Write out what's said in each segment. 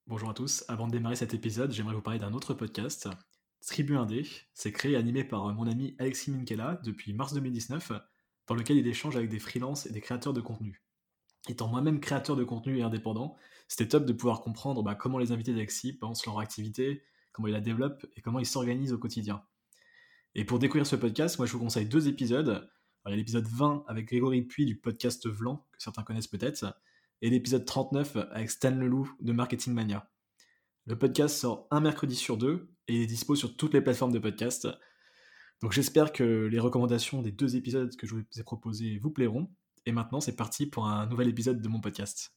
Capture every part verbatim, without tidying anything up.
Bonjour à tous, avant de démarrer cet épisode, j'aimerais vous parler d'un autre podcast, Tribu Indé. C'est créé et animé par mon ami Alexis Minkela depuis mars deux mille dix-neuf, dans lequel il échange avec des freelances et des créateurs de contenu. Étant moi-même créateur de contenu et indépendant, c'était top de pouvoir comprendre bah, comment les invités d'Alexis pensent leur activité, comment ils la développent et comment ils s'organisent au quotidien. Et pour découvrir ce podcast, moi je vous conseille deux épisodes. Alors, il y a l'épisode vingt avec Grégory Puy du podcast Vlan, que certains connaissent peut-être, et l'épisode trente-neuf avec Stan Leloup de Marketing Mania. Le podcast sort un mercredi sur deux et il est dispo sur toutes les plateformes de podcast. Donc j'espère que les recommandations des deux épisodes que je vous ai proposés vous plairont. Et maintenant, c'est parti pour un nouvel épisode de mon podcast.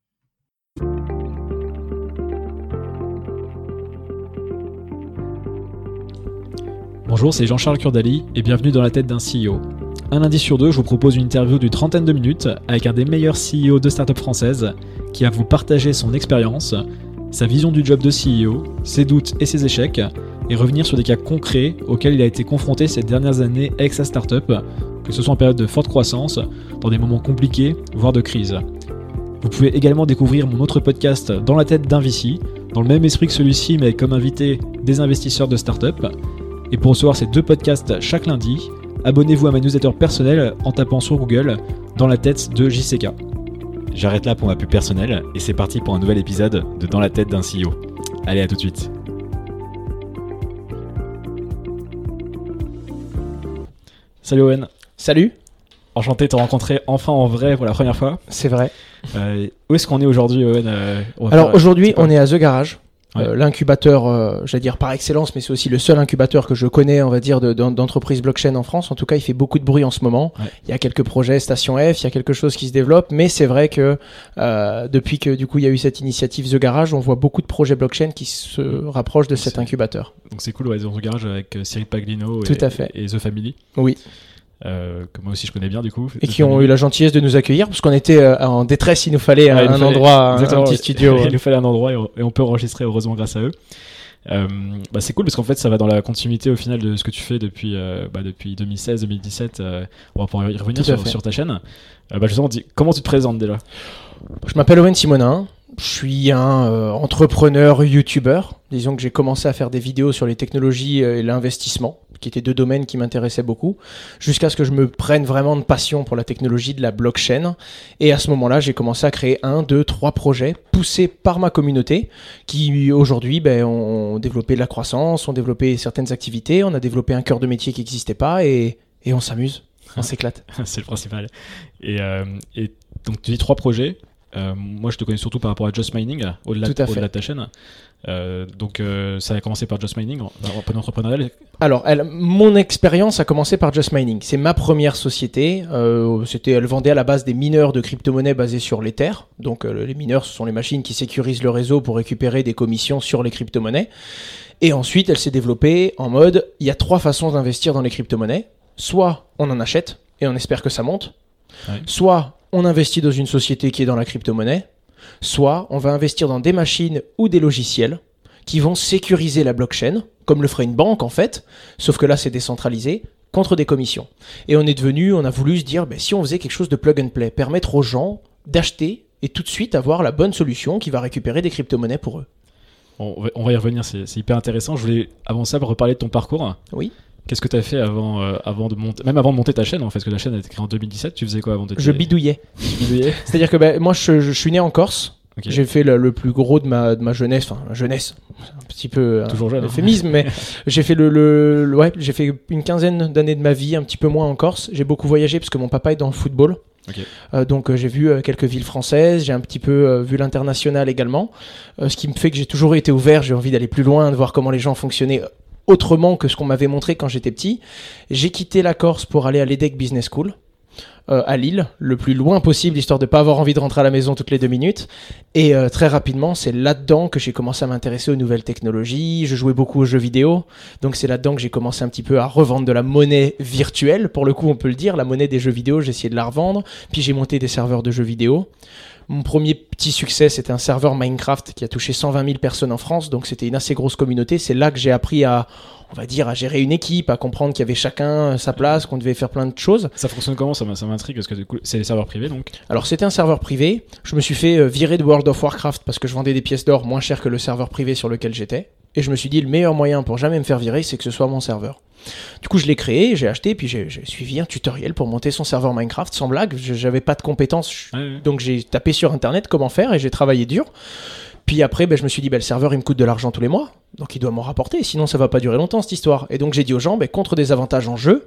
Bonjour, c'est Jean-Charles Curdali et bienvenue dans la tête d'un C E O. Un lundi sur deux, je vous propose une interview d'une trentaine de minutes avec un des meilleurs C E O de start-up françaises qui va vous partager son expérience, sa vision du job de C E O, ses doutes et ses échecs, et revenir sur des cas concrets auxquels il a été confronté ces dernières années avec sa start-up, que ce soit en période de forte croissance, dans des moments compliqués, voire de crise. Vous pouvez également découvrir mon autre podcast Dans la tête d'un V C, dans le même esprit que celui-ci, mais avec comme invité des investisseurs de start-up. Et pour recevoir ces deux podcasts chaque lundi, abonnez-vous à ma newsletter personnelle en tapant sur Google Dans la tête de J C K. J'arrête là pour ma pub personnelle et c'est parti pour un nouvel épisode de Dans la tête d'un C E O. Allez, à tout de suite. Salut Owen. Salut. Enchanté de te rencontrer enfin en vrai pour la première fois. C'est vrai. Euh, où est-ce qu'on est aujourd'hui, Owen euh, Alors faire, aujourd'hui, on est à The Garage. Ouais. Euh, l'incubateur, euh, j'allais dire par excellence, mais c'est aussi le seul incubateur que je connais, on va dire, de, d'entreprises blockchain en France. En tout cas, il fait beaucoup de bruit en ce moment. Ouais. Il y a quelques projets Station F, il y a quelque chose qui se développe, mais c'est vrai que euh, depuis que du coup il y a eu cette initiative The Garage, on voit beaucoup de projets blockchain qui se rapprochent de cet c'est... incubateur. Donc c'est cool, ouais, The Garage avec Cyril Paglino tout et, à fait. et The Family. Oui. Euh, que moi aussi je connais bien du coup. Et qui ont eu la gentillesse de nous accueillir parce qu'on était euh, en détresse, il nous fallait ouais, un, nous fallait, endroit, un, un petit studio. Il nous fallait un endroit et on, et on peut enregistrer heureusement grâce à eux. Euh, bah c'est cool parce qu'en fait ça va dans la continuité au final de ce que tu fais depuis, euh, bah depuis deux mille seize deux mille dix-sept. Euh, on va pouvoir y revenir sur, sur ta chaîne. Euh, bah justement, dis, comment tu te présentes déjà ? Je m'appelle Owen Simonin. Je suis un euh, entrepreneur youtubeur. Disons que j'ai commencé à faire des vidéos sur les technologies et l'investissement, qui étaient deux domaines qui m'intéressaient beaucoup, jusqu'à ce que je me prenne vraiment de passion pour la technologie de la blockchain. Et à ce moment-là, j'ai commencé à créer un, deux, trois projets poussés par ma communauté, qui aujourd'hui ben, ont développé de la croissance, ont développé certaines activités, on a développé un cœur de métier qui n'existait pas et, et on s'amuse, on s'éclate. C'est le principal. Et, euh, et donc tu dis trois projets. Euh, moi, je te connais surtout par rapport à Just Mining, au-delà, au-delà de ta chaîne. Euh, donc, euh, ça a commencé par Just Mining, en entrepreneurial. Alors, elle, mon expérience a commencé par Just Mining. C'est ma première société. Euh, c'était, elle vendait à la base des mineurs de crypto-monnaies basés sur l'Ether. Donc, euh, les mineurs, ce sont les machines qui sécurisent le réseau pour récupérer des commissions sur les crypto-monnaies. Et ensuite, elle s'est développée en mode, il y a trois façons d'investir dans les crypto-monnaies. Soit on en achète et on espère que ça monte. Ouais. Soit on investit dans une société qui est dans la crypto-monnaie, soit on va investir dans des machines ou des logiciels qui vont sécuriser la blockchain, comme le ferait une banque en fait, sauf que là c'est décentralisé, contre des commissions. Et on est devenu, on a voulu se dire, ben, si on faisait quelque chose de plug and play, permettre aux gens d'acheter et tout de suite avoir la bonne solution qui va récupérer des crypto-monnaies pour eux. On va, on va y revenir, c'est, c'est hyper intéressant. Je voulais avant ça reparler de ton parcours. Oui. Qu'est-ce que tu as fait avant, euh, avant de monter, même avant de monter ta chaîne en fait, parce que la chaîne a été créée en deux mille dix-sept, tu faisais quoi avant de Je bidouillais. Tu bidouillais. C'est-à-dire que ben, moi je, je suis né en Corse. Okay. J'ai fait le, le plus gros de ma, de ma jeunesse, enfin ma jeunesse, un petit peu toujours jeune, euphémisme, mais j'ai fait le, le, le, ouais, j'ai fait une quinzaine d'années de ma vie, un petit peu moins en Corse. J'ai beaucoup voyagé parce que mon papa est dans le football. Okay. Euh, donc euh, j'ai vu euh, quelques villes françaises, j'ai un petit peu euh, vu l'international également, euh, ce qui me fait que j'ai toujours été ouvert, j'ai envie d'aller plus loin, de voir comment les gens fonctionnaient autrement que ce qu'on m'avait montré quand j'étais petit. J'ai quitté la Corse pour aller à l'E D E C Business School euh, à Lille, le plus loin possible, histoire de pas avoir envie de rentrer à la maison toutes les deux minutes. Et euh, très rapidement, c'est là-dedans que j'ai commencé à m'intéresser aux nouvelles technologies. Je jouais beaucoup aux jeux vidéo, donc c'est là-dedans que j'ai commencé un petit peu à revendre de la monnaie virtuelle. Pour le coup, on peut le dire, la monnaie des jeux vidéo, j'ai essayé de la revendre. Puis j'ai monté des serveurs de jeux vidéo. Mon premier petit succès, c'était un serveur Minecraft qui a touché cent vingt mille personnes en France, donc c'était une assez grosse communauté. C'est là que j'ai appris à, on va dire, à gérer une équipe, à comprendre qu'il y avait chacun sa place, qu'on devait faire plein de choses. Ça fonctionne comment? Ça m'intrigue parce que du coup, c'est des serveurs privés donc. Alors c'était un serveur privé. Je me suis fait virer de World of Warcraft parce que je vendais des pièces d'or moins cher que le serveur privé sur lequel j'étais. Et je me suis dit, le meilleur moyen pour jamais me faire virer, c'est que ce soit mon serveur. Du coup, je l'ai créé, j'ai acheté, puis j'ai, j'ai suivi un tutoriel pour monter son serveur Minecraft, sans blague. Je, j'avais pas de compétences, Ouais, ouais. donc j'ai tapé sur Internet comment faire et j'ai travaillé dur. Puis après, ben, je me suis dit, ben, le serveur, il me coûte de l'argent tous les mois, donc il doit m'en rapporter, sinon ça va pas durer longtemps cette histoire. Et donc j'ai dit aux gens, ben, contre des avantages en jeu,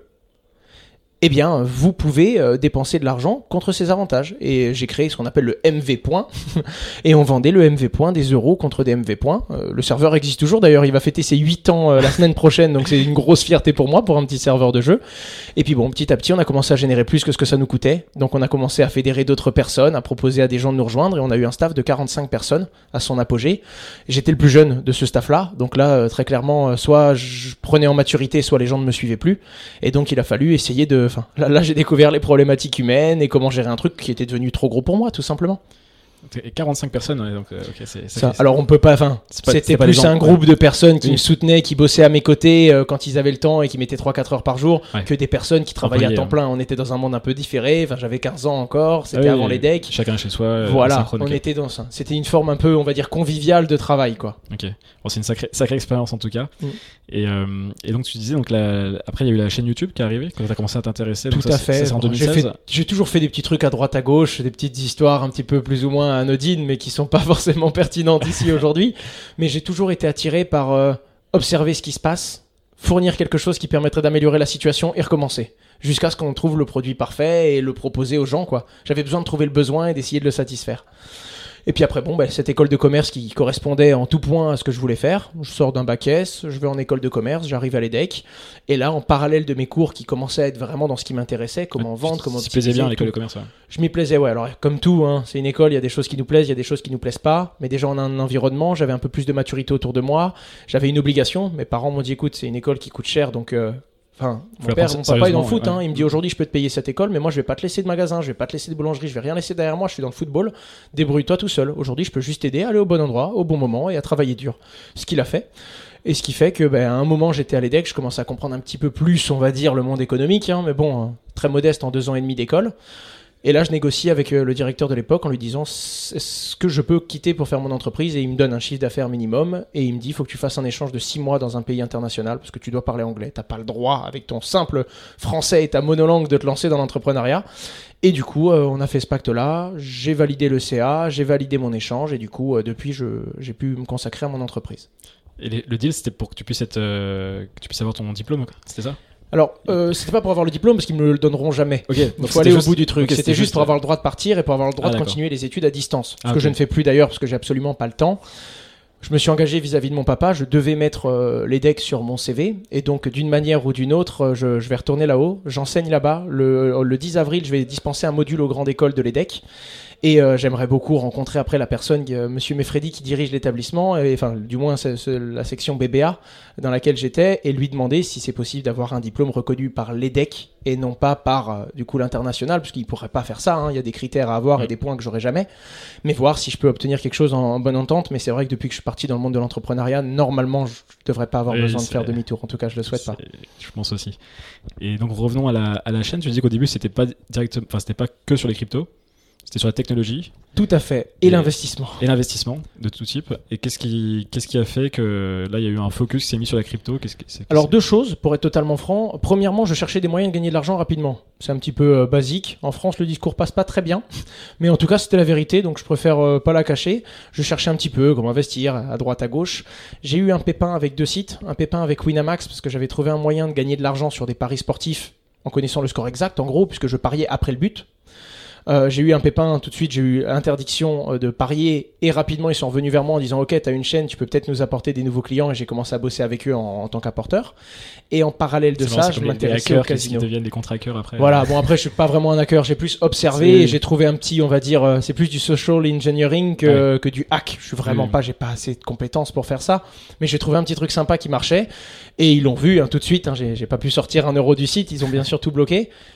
eh bien, vous pouvez euh, dépenser de l'argent contre ces avantages. Et j'ai créé ce qu'on appelle le M V point. Et on vendait le M V point, des euros contre des M V points. Euh, le serveur existe toujours. D'ailleurs, il va fêter ses huit ans euh, la semaine prochaine. Donc, c'est une grosse fierté pour moi, pour un petit serveur de jeu. Et puis, bon, petit à petit, on a commencé à générer plus que ce que ça nous coûtait. Donc, on a commencé à fédérer d'autres personnes, à proposer à des gens de nous rejoindre. Et on a eu un staff de quarante-cinq personnes à son apogée. J'étais le plus jeune de ce staff-là. Donc là, euh, très clairement, euh, soit je prenais en maturité, soit les gens ne me suivaient plus. Et donc, il a fallu essayer de... Enfin, là, là, j'ai découvert les problématiques humaines et comment gérer un truc qui était devenu trop gros pour moi, tout simplement. Et quarante-cinq personnes, ouais, donc euh, ok, c'est ça. Ça, c'est- alors on peut pas, enfin, C'est pas- c'était c'est pas plus les gens, un ouais. groupe de personnes qui Oui. me soutenaient, qui bossaient à mes côtés euh, quand ils avaient le temps et qui mettaient trois quatre heures par jour, Ouais. que des personnes qui travaillaient Employés, à temps hein. plein. On était dans un monde un peu différé. Enfin, j'avais quinze ans encore, c'était Ah oui, avant les decks. Chacun chez soi. euh, Voilà, asynchrone, on ok. était dans ça. C'était une forme un peu, on va dire, conviviale de travail, quoi. Ok. Bon, c'est une sacrée, sacrée expérience en tout cas. Mm. Et, euh, et donc tu disais, donc la- après il y a eu la chaîne YouTube qui est arrivée quand tu as commencé à t'intéresser. donc Tout ça, à c'est- fait. ça, c'est en Bon, deux mille j'ai, seize. fait- j'ai toujours fait des petits trucs à droite à gauche, des petites histoires un petit peu plus ou moins anodines, mais qui sont pas forcément pertinentes ici aujourd'hui. Mais j'ai toujours été attiré par euh, observer ce qui se passe, fournir quelque chose qui permettrait d'améliorer la situation et recommencer. Jusqu'à ce qu'on trouve le produit parfait et le proposer aux gens, quoi. J'avais besoin de trouver le besoin et d'essayer de le satisfaire. Et puis après, bon, ben, cette école de commerce qui correspondait en tout point à ce que je voulais faire. Je sors d'un bac S, je vais en école de commerce, j'arrive à l'E D E C. Et là, en parallèle de mes cours qui commençaient à être vraiment dans ce qui m'intéressait, comment Ouais, vendre, comment Ça te plaisait bien à l'école tout. de commerce. Ouais. Je m'y plaisais, ouais. Alors, comme tout, hein, c'est une école, il y a des choses qui nous plaisent, il y a des choses qui nous plaisent pas. Mais déjà, on a un environnement, j'avais un peu plus de maturité autour de moi. J'avais une obligation. Mes parents m'ont dit, écoute, c'est une école qui coûte cher, donc... euh, Enfin, Faut mon la père, prendre mon papa est dans le sérieusement, foot, ouais. hein. Il me dit aujourd'hui je peux te payer cette école, mais moi je vais pas te laisser de magasin, je vais pas te laisser de boulangerie, je vais rien laisser derrière moi, je suis dans le football, débrouille-toi tout seul. Aujourd'hui je peux juste t'aider à aller au bon endroit, au bon moment et à travailler dur. Ce qu'il a fait. Et ce qui fait que, ben, à un moment j'étais à l'E D E C, je commençais à comprendre un petit peu plus, on va dire, le monde économique, hein, mais bon, hein, très modeste en deux ans et demi d'école. Et là, je négocie avec euh, le directeur de l'époque en lui disant est-ce que je peux quitter pour faire mon entreprise, et il me donne un chiffre d'affaires minimum et il me dit il faut que tu fasses un échange de six mois dans un pays international parce que tu dois parler anglais. T'as pas le droit avec ton simple français et ta monolangue de te lancer dans l'entrepreneuriat. Et du coup, euh, on a fait ce pacte-là. J'ai validé le C A, j'ai validé mon échange et du coup, euh, depuis, je, j'ai pu me consacrer à mon entreprise. Et les- le deal c'était pour que tu puisses être, euh, que tu puisses avoir ton diplôme, quoi. C'était ça? Alors, euh, c'était pas pour avoir le diplôme parce qu'ils me le donneront jamais. Ok. Il donc faut aller c'était au juste- bout du truc. ok, c'était, c'était juste pour avoir le droit de partir et pour avoir le droit Ah, de d'accord. continuer les études à distance. Ce Ah, que ok. je ne fais plus d'ailleurs parce que j'ai absolument pas le temps. Je me suis engagé vis-à-vis de mon papa. Je devais mettre euh, l'E D E C sur mon C V. Et donc, d'une manière ou d'une autre, euh, je, je vais retourner là-haut. J'enseigne là-bas. Le, le dix avril, je vais dispenser un module aux grandes écoles de l'E D E C. Et euh, j'aimerais beaucoup rencontrer après la personne, euh, Monsieur Meffredi, qui dirige l'établissement, et, enfin, du moins c'est, c'est la section B B A dans laquelle j'étais, et lui demander si c'est possible d'avoir un diplôme reconnu par l'E D E C et non pas par euh, du coup l'international, parce qu'il pourrait pas faire ça. Hein, il y a des critères à avoir et Mm. des points que j'aurais jamais. Mais voir si je peux obtenir quelque chose en, en bonne entente. Mais c'est vrai que depuis que je suis parti dans le monde de l'entrepreneuriat, normalement, je devrais pas avoir Oui, besoin de c'est- faire demi-tour. En tout cas, je le souhaite pas. C'est- Je pense aussi. Et donc revenons à la, à la chaîne. Tu disais qu'au début c'était pas direct, enfin c'était pas que sur les cryptos, c'était sur la technologie Tout à fait. Et Et- l'investissement. et l'investissement de tout type. Et qu'est-ce qui, qu'est-ce qui a fait que là il y a eu un focus qui s'est mis sur la crypto? Qu'est-ce que c'est, Alors deux choses, pour être totalement franc. Premièrement, je cherchais des moyens de gagner de l'argent rapidement. C'est un petit peu euh, basique. En France, le discours passe pas très bien. Mais en tout cas, c'était la vérité, donc je préfère euh, pas la cacher. Je cherchais un petit peu comment investir à droite, à gauche. J'ai eu un pépin avec deux sites. Un pépin avec Winamax, parce que j'avais trouvé un moyen de gagner de l'argent sur des paris sportifs en connaissant le score exact, en gros, puisque je pariais après le but. Euh, j'ai eu un pépin tout de suite, j'ai eu interdiction euh, de parier et rapidement ils sont revenus vers moi en disant ok, t'as une chaîne, tu peux peut-être nous apporter des nouveaux clients, et j'ai commencé à bosser avec eux en, en tant qu'apporteur. Et en parallèle de C'est marrant, ça, c'est je comme les- les m'intéressais au hackers qui- casino. qui deviennent des contre-hackers après. Voilà, bon après je suis pas vraiment un hacker, j'ai plus observé C'est- et j'ai trouvé un petit, on va dire, euh, c'est plus du social engineering que, que du hack. Je suis vraiment Oui. pas, j'ai pas assez de compétences pour faire ça, mais j'ai trouvé un petit truc sympa qui marchait et ils l'ont vu hein, tout de suite. Hein, j'ai, j'ai pas pu sortir un euro du site, ils ont bien sûr tout bloqué.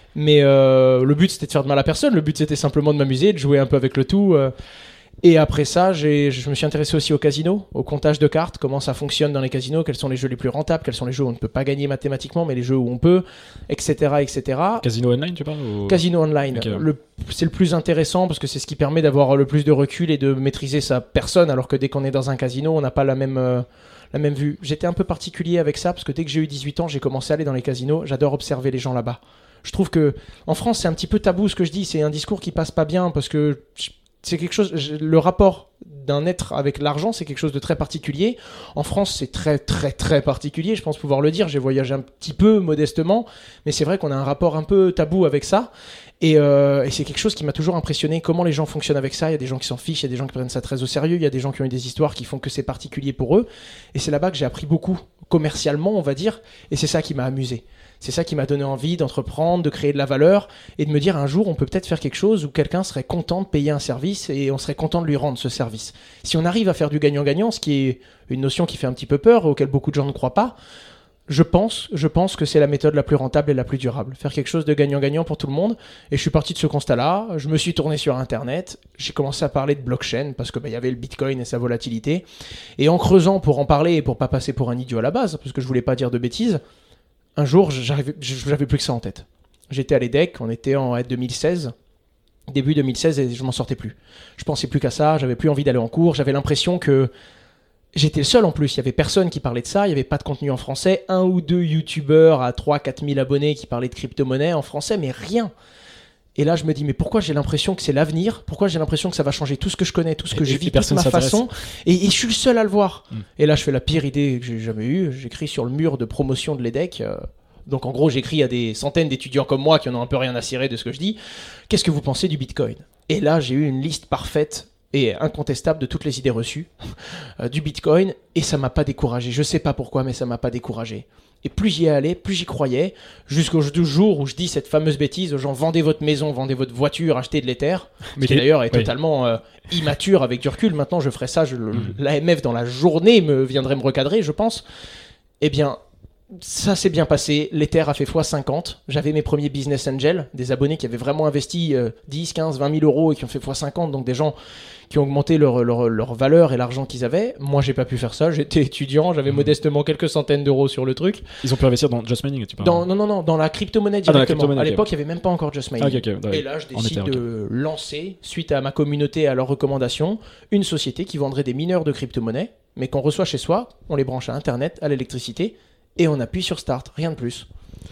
Mais euh, le but, c'était de faire de mal à personne. Le but, c'était simplement de m'amuser, de jouer un peu avec le tout. Euh. Et après ça, j'ai, je me suis intéressé aussi au casino, au comptage de cartes, comment ça fonctionne dans les casinos, quels sont les jeux les plus rentables, quels sont les jeux où on ne peut pas gagner mathématiquement, mais les jeux où on peut, et cetera, et cetera. Casino online, tu parles ou... Casino online, okay. le, c'est le plus intéressant parce que c'est ce qui permet d'avoir le plus de recul et de maîtriser sa personne, alors que dès qu'on est dans un casino, on n'a pas la même... Euh, la même vue. J'étais un peu particulier avec ça parce que dès que j'ai eu dix-huit ans, j'ai commencé à aller dans les casinos. J'adore observer les gens là-bas. Je trouve que en France, c'est un petit peu tabou ce que je dis. C'est un discours qui passe pas bien parce que c'est quelque chose. Le rapport d'un être avec l'argent, c'est quelque chose de très particulier. En France, c'est très très très particulier. Je pense pouvoir le dire. J'ai voyagé un petit peu modestement, mais c'est vrai qu'on a un rapport un peu tabou avec ça. Et, euh, et c'est quelque chose qui m'a toujours impressionné, comment les gens fonctionnent avec ça. Il y a des gens qui s'en fichent, il y a des gens qui prennent ça très au sérieux, il y a des gens qui ont eu des histoires qui font que c'est particulier pour eux. Et c'est là-bas que j'ai appris beaucoup, commercialement on va dire, et c'est ça qui m'a amusé. C'est ça qui m'a donné envie d'entreprendre, de créer de la valeur, et de me dire un jour on peut peut-être faire quelque chose où quelqu'un serait content de payer un service et on serait content de lui rendre ce service. Si on arrive à faire du gagnant-gagnant, ce qui est une notion qui fait un petit peu peur, auquel beaucoup de gens ne croient pas, Je pense, je pense que c'est la méthode la plus rentable et la plus durable. Faire quelque chose de gagnant-gagnant pour tout le monde. Et je suis parti de ce constat-là. Je me suis tourné sur Internet. J'ai commencé à parler de blockchain parce que bah, y avait le Bitcoin et sa volatilité. Et en creusant pour en parler et pour pas passer pour un idiot à la base, parce que je voulais pas dire de bêtises, un jour, j'arrivais, j'avais plus que ça en tête. J'étais à l'EDEC, on était en deux mille seize. Début deux mille seize et je m'en sortais plus. Je pensais plus qu'à ça, j'avais plus envie d'aller en cours. J'avais l'impression que j'étais le seul en plus, il y avait personne qui parlait de ça, il y avait pas de contenu en français, un ou deux youtubeurs à trois à quatre mille abonnés qui parlaient de crypto-monnaie en français, mais rien. Et là je me dis mais pourquoi j'ai l'impression que c'est l'avenir, pourquoi j'ai l'impression que ça va changer tout ce que je connais, tout ce que et, je vis, toute ma façon, et, et je suis le seul à le voir. Mm. Et là je fais la pire idée que j'ai jamais eue, j'écris sur le mur de promotion de l'EDEC, euh, donc en gros j'écris à des centaines d'étudiants comme moi qui en ont un peu rien à cirer de ce que je dis, qu'est-ce que vous pensez du Bitcoin ? Et là j'ai eu une liste parfaite et incontestable de toutes les idées reçues euh, du Bitcoin, et ça m'a pas découragé. Je sais pas pourquoi, mais ça m'a pas découragé. Et plus j'y allais, plus j'y croyais, jusqu'au jour où je dis cette fameuse bêtise aux gens: vendez votre maison, vendez votre voiture, achetez de l'Ether, mais qui d'ailleurs est oui. totalement euh, immature avec du recul. Maintenant je ferais ça, je, mmh. l'A M F dans la journée me viendrait me recadrer, je pense. Eh bien, ça s'est bien passé, l'Ether a fait fois cinquante, j'avais mes premiers business angels, des abonnés qui avaient vraiment investi euh, dix, quinze, vingt mille euros et qui ont fait fois cinquante, donc des gens qui ont augmenté leur, leur, leur valeur et l'argent qu'ils avaient. Moi j'ai pas pu faire ça, j'étais étudiant, j'avais mmh. modestement quelques centaines d'euros sur le truc. Ils ont pu investir dans Just Mining, tu parles dans, Non, non, non, dans la crypto-monnaie directement. Ah, crypto-monnaie, à l'époque il okay. n'y avait même pas encore Just Mining. Ah, okay, okay. Et là je décide Ether, de okay. lancer, suite à ma communauté et à leurs recommandations, une société qui vendrait des mineurs de crypto-monnaie, mais qu'on reçoit chez soi, on les branche à internet, à l'électricité, et on appuie sur Start, rien de plus.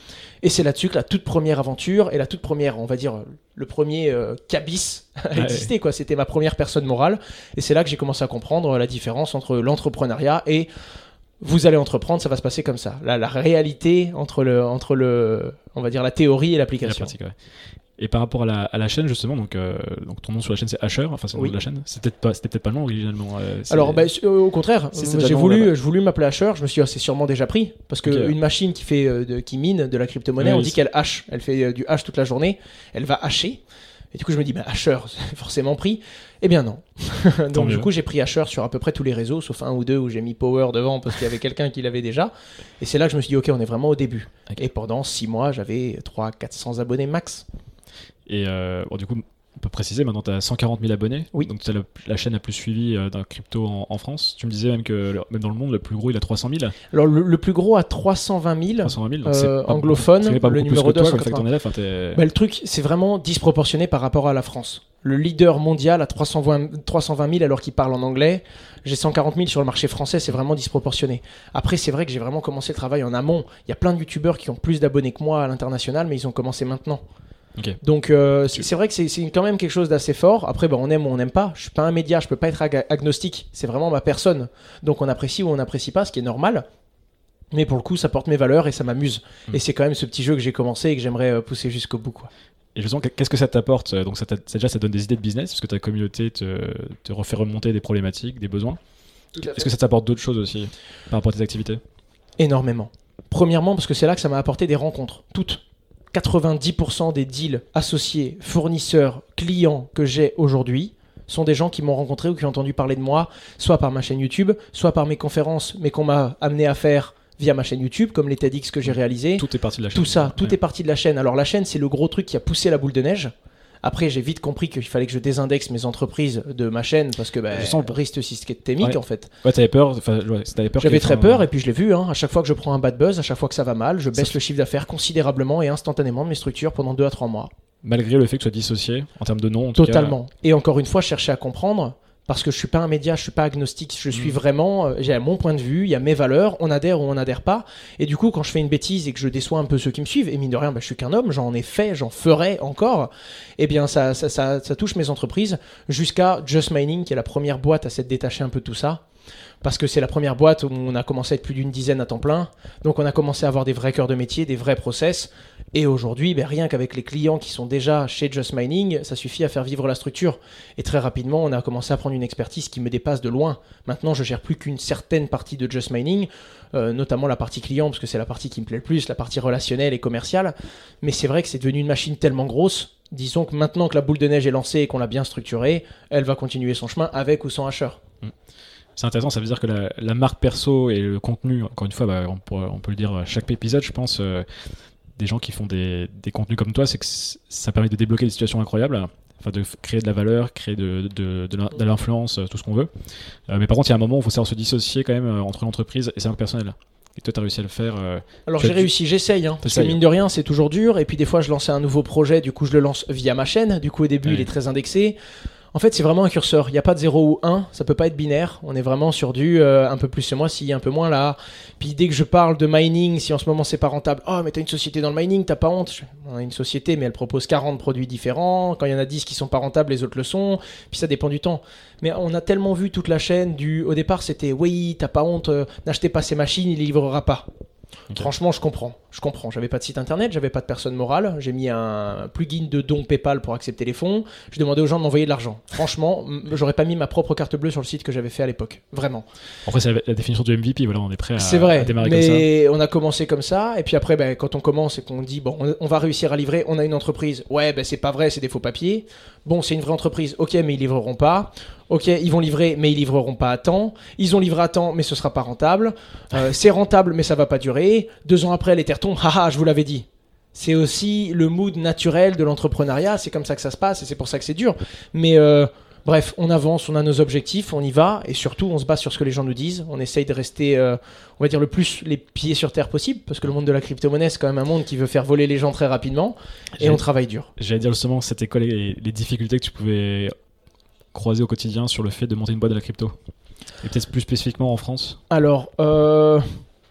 Et c'est là-dessus que la toute première aventure et la toute première, on va dire, le premier euh, cabis a ouais, existé, ouais. quoi. C'était ma première personne morale. Et c'est là que j'ai commencé à comprendre la différence entre l'entrepreneuriat et vous allez entreprendre, ça va se passer comme ça. La, la réalité entre le, entre le, on va dire, la théorie et l'application. Et la pratique, ouais. Et par rapport à la, à la chaîne, justement, donc, euh, donc ton nom sur la chaîne c'est Asher, enfin c'est le oui. nom de la chaîne. C'était peut-être pas, c'était peut-être pas le nom originalement. Euh, Alors, bah, au contraire, j'ai voulu, je voulu m'appeler Asher. Je me suis dit, oh, c'est sûrement déjà pris. Parce qu'une okay. machine qui, fait, euh, de, qui mine de la crypto-monnaie, oui, on dit qu'elle hache. Elle fait euh, du hash toute la journée. Elle va hacher. Et du coup, je me dis, bah, Asher, c'est forcément pris. Eh bien, non. Donc, du coup, j'ai pris Asher sur à peu près tous les réseaux, sauf un ou deux où j'ai mis Power devant parce qu'il y avait quelqu'un qui l'avait déjà. Et c'est là que je me suis dit, ok, on est vraiment au début. Okay. Et pendant six mois, j'avais trois cents à quatre cents abonnés max. Et euh, bon, du coup, on peut préciser, maintenant tu as cent quarante mille abonnés, oui. donc tu as la chaîne la plus suivie euh, d'un crypto en, en France. Tu me disais même que le, même dans le monde, le plus gros il a trois cent mille. Alors le, le plus gros a trois cent vingt mille, trois cent vingt mille donc euh, anglophone, c'est pas le numéro deux. Toi, ton élève, hein, bah, le truc, c'est vraiment disproportionné par rapport à la France. Le leader mondial a trois cent vingt mille alors qu'il parle en anglais. J'ai cent quarante mille sur le marché français, c'est vraiment disproportionné. Après, c'est vrai que j'ai vraiment commencé le travail en amont. Il y a plein de youtubeurs qui ont plus d'abonnés que moi à l'international, mais ils ont commencé maintenant. Okay. Donc euh, c'est, c'est vrai que c'est, c'est quand même quelque chose d'assez fort. Après bah, on aime ou on n'aime pas. Je suis pas un média, je peux pas être ag- agnostique. C'est vraiment ma personne. Donc on apprécie ou on n'apprécie pas, ce qui est normal. Mais pour le coup ça porte mes valeurs et ça m'amuse. Mmh. Et c'est quand même ce petit jeu que j'ai commencé et que j'aimerais euh, pousser jusqu'au bout, quoi. Et justement, qu'est-ce que ça t'apporte ? Donc ça, ça déjà ça donne des idées de business parce que ta communauté te, te refait remonter des problématiques, des besoins. Est-ce que ça t'apporte d'autres choses aussi par rapport à tes activités ? Énormément. Premièrement parce que c'est là que ça m'a apporté des rencontres, toutes. quatre-vingt-dix pour cent des deals associés, fournisseurs, clients que j'ai aujourd'hui sont des gens qui m'ont rencontré ou qui ont entendu parler de moi, soit par ma chaîne YouTube, soit par mes conférences, mais qu'on m'a amené à faire via ma chaîne YouTube, comme les TEDx que j'ai réalisés. Tout est parti de la chaîne. Tout ça, tout ouais. est parti de la chaîne. Alors la chaîne, c'est le gros truc qui a poussé la boule de neige. Après, j'ai vite compris qu'il fallait que je désindexe mes entreprises de ma chaîne parce que bah, risque systémique ouais. en fait. Ouais, t'avais peur. Ouais, t'avais peur. J'avais très peur et puis je l'ai vu. Hein, à chaque fois que je prends un bad buzz, à chaque fois que ça va mal, je baisse ça... le chiffre d'affaires considérablement et instantanément de mes structures pendant deux à trois mois. Malgré le fait que tu sois dissocié en termes de nom. En Totalement. Tout cas... Et encore une fois, je cherchais à comprendre. Parce que je suis pas un média, je suis pas agnostique, je suis mmh. vraiment, j'ai mon point de vue, il y a mes valeurs, on adhère ou on n'adhère pas. Et du coup, quand je fais une bêtise et que je déçois un peu ceux qui me suivent, et mine de rien, bah, je suis qu'un homme, j'en ai fait, j'en ferai encore, eh bien ça, ça, ça, ça touche mes entreprises jusqu'à Just Mining, qui est la première boîte à s'être détachée un peu de tout ça. Parce que c'est la première boîte où on a commencé à être plus d'une dizaine à temps plein. Donc on a commencé à avoir des vrais cœurs de métier, des vrais process. Et aujourd'hui, ben rien qu'avec les clients qui sont déjà chez Just Mining, ça suffit à faire vivre la structure. Et très rapidement, on a commencé à prendre une expertise qui me dépasse de loin. Maintenant, je gère plus qu'une certaine partie de Just Mining, euh, notamment la partie client, parce que c'est la partie qui me plaît le plus, la partie relationnelle et commerciale. Mais c'est vrai que c'est devenu une machine tellement grosse. Disons que maintenant que la boule de neige est lancée et qu'on l'a bien structurée, elle va continuer son chemin avec ou sans hacheur. Mmh. C'est intéressant, ça veut dire que la, la marque perso et le contenu, encore une fois, bah, on, pourrait, on peut le dire à chaque épisode, je pense, euh, des gens qui font des, des contenus comme toi, c'est que c- ça permet de débloquer des situations incroyables, enfin de créer de la valeur, créer de, de, de, de l'influence, tout ce qu'on veut. Euh, mais par contre, il y a un moment où il faut savoir se dissocier quand même entre l'entreprise et sa marque personnelle. Et toi, tu as réussi à le faire. Euh, Alors, j'ai réussi, j'essaye. Hein, parce que mine de rien, c'est toujours dur. Et puis, des fois, je lançais un nouveau projet. Du coup, je le lance via ma chaîne. Du coup, au début, ouais. il est très indexé. En fait, c'est vraiment un curseur. Il n'y a pas de zéro ou un. Ça peut pas être binaire. On est vraiment sur du euh, un peu plus ce mois-ci, un peu moins là. Puis dès que je parle de mining, si en ce moment c'est pas rentable, oh, mais t'as une société dans le mining, t'as pas honte. On a une société, mais elle propose quarante produits différents. Quand il y en a dix qui sont pas rentables, les autres le sont. Puis ça dépend du temps. Mais on a tellement vu toute la chaîne du. Au départ, c'était oui, t'as pas honte, euh, n'achetez pas ces machines, il les livrera pas. Okay. Franchement, je comprends. Je comprends. J'avais pas de site internet, j'avais pas de personne morale. J'ai mis un plugin de don PayPal pour accepter les fonds. Je demandais aux gens de m'envoyer de l'argent. Franchement, j'aurais pas mis ma propre carte bleue sur le site que j'avais fait à l'époque. Vraiment. Après, c'est la définition du M V P. Voilà, on est prêt à, c'est vrai, à démarrer mais comme ça. Mais on a commencé comme ça. Et puis après, ben, quand on commence et qu'on dit bon, on, on va réussir à livrer, on a une entreprise. Ouais, ben c'est pas vrai, c'est des faux papiers. Bon, c'est une vraie entreprise. Ok, mais ils livreront pas. Ok, ils vont livrer, mais ils livreront pas à temps. Ils ont livré à temps, mais ce sera pas rentable. Euh, c'est rentable, mais ça va pas durer. Deux ans après, les terres tombent. Haha, je vous l'avais dit. C'est aussi le mood naturel de l'entrepreneuriat. C'est comme ça que ça se passe et c'est pour ça que c'est dur. Mais euh, bref, on avance, on a nos objectifs, on y va et surtout, on se base sur ce que les gens nous disent. On essaye de rester, euh, on va dire, le plus les pieds sur terre possible parce que le monde de la crypto-monnaie, c'est quand même un monde qui veut faire voler les gens très rapidement et J'ai... on travaille dur. J'allais dire justement cette école et les difficultés que tu pouvais croiser au quotidien sur le fait de monter une boîte de la crypto et peut-être plus spécifiquement en France. Alors euh,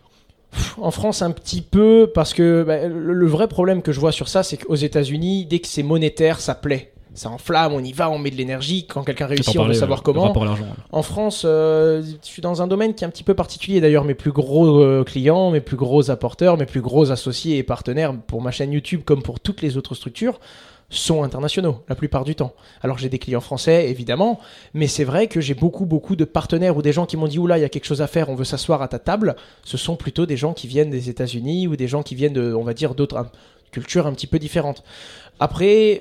en France un petit peu parce que bah, le, le vrai problème que je vois sur ça, c'est qu'aux États-Unis, dès que c'est monétaire, ça plaît, ça enflamme, on y va, on met de l'énergie. Quand quelqu'un réussit, parler, on veut savoir euh, comment. En France, euh, je suis dans un domaine qui est un petit peu particulier. D'ailleurs, mes plus gros euh, clients, mes plus gros apporteurs, mes plus gros associés et partenaires pour ma chaîne YouTube comme pour toutes les autres structures sont internationaux, la plupart du temps. Alors j'ai des clients français, évidemment, mais c'est vrai que j'ai beaucoup, beaucoup de partenaires ou des gens qui m'ont dit « Oula, il y a quelque chose à faire, on veut s'asseoir à ta table ». Ce sont plutôt des gens qui viennent des États-Unis ou des gens qui viennent de, on va dire, d'autres hein, cultures un petit peu différentes. Après,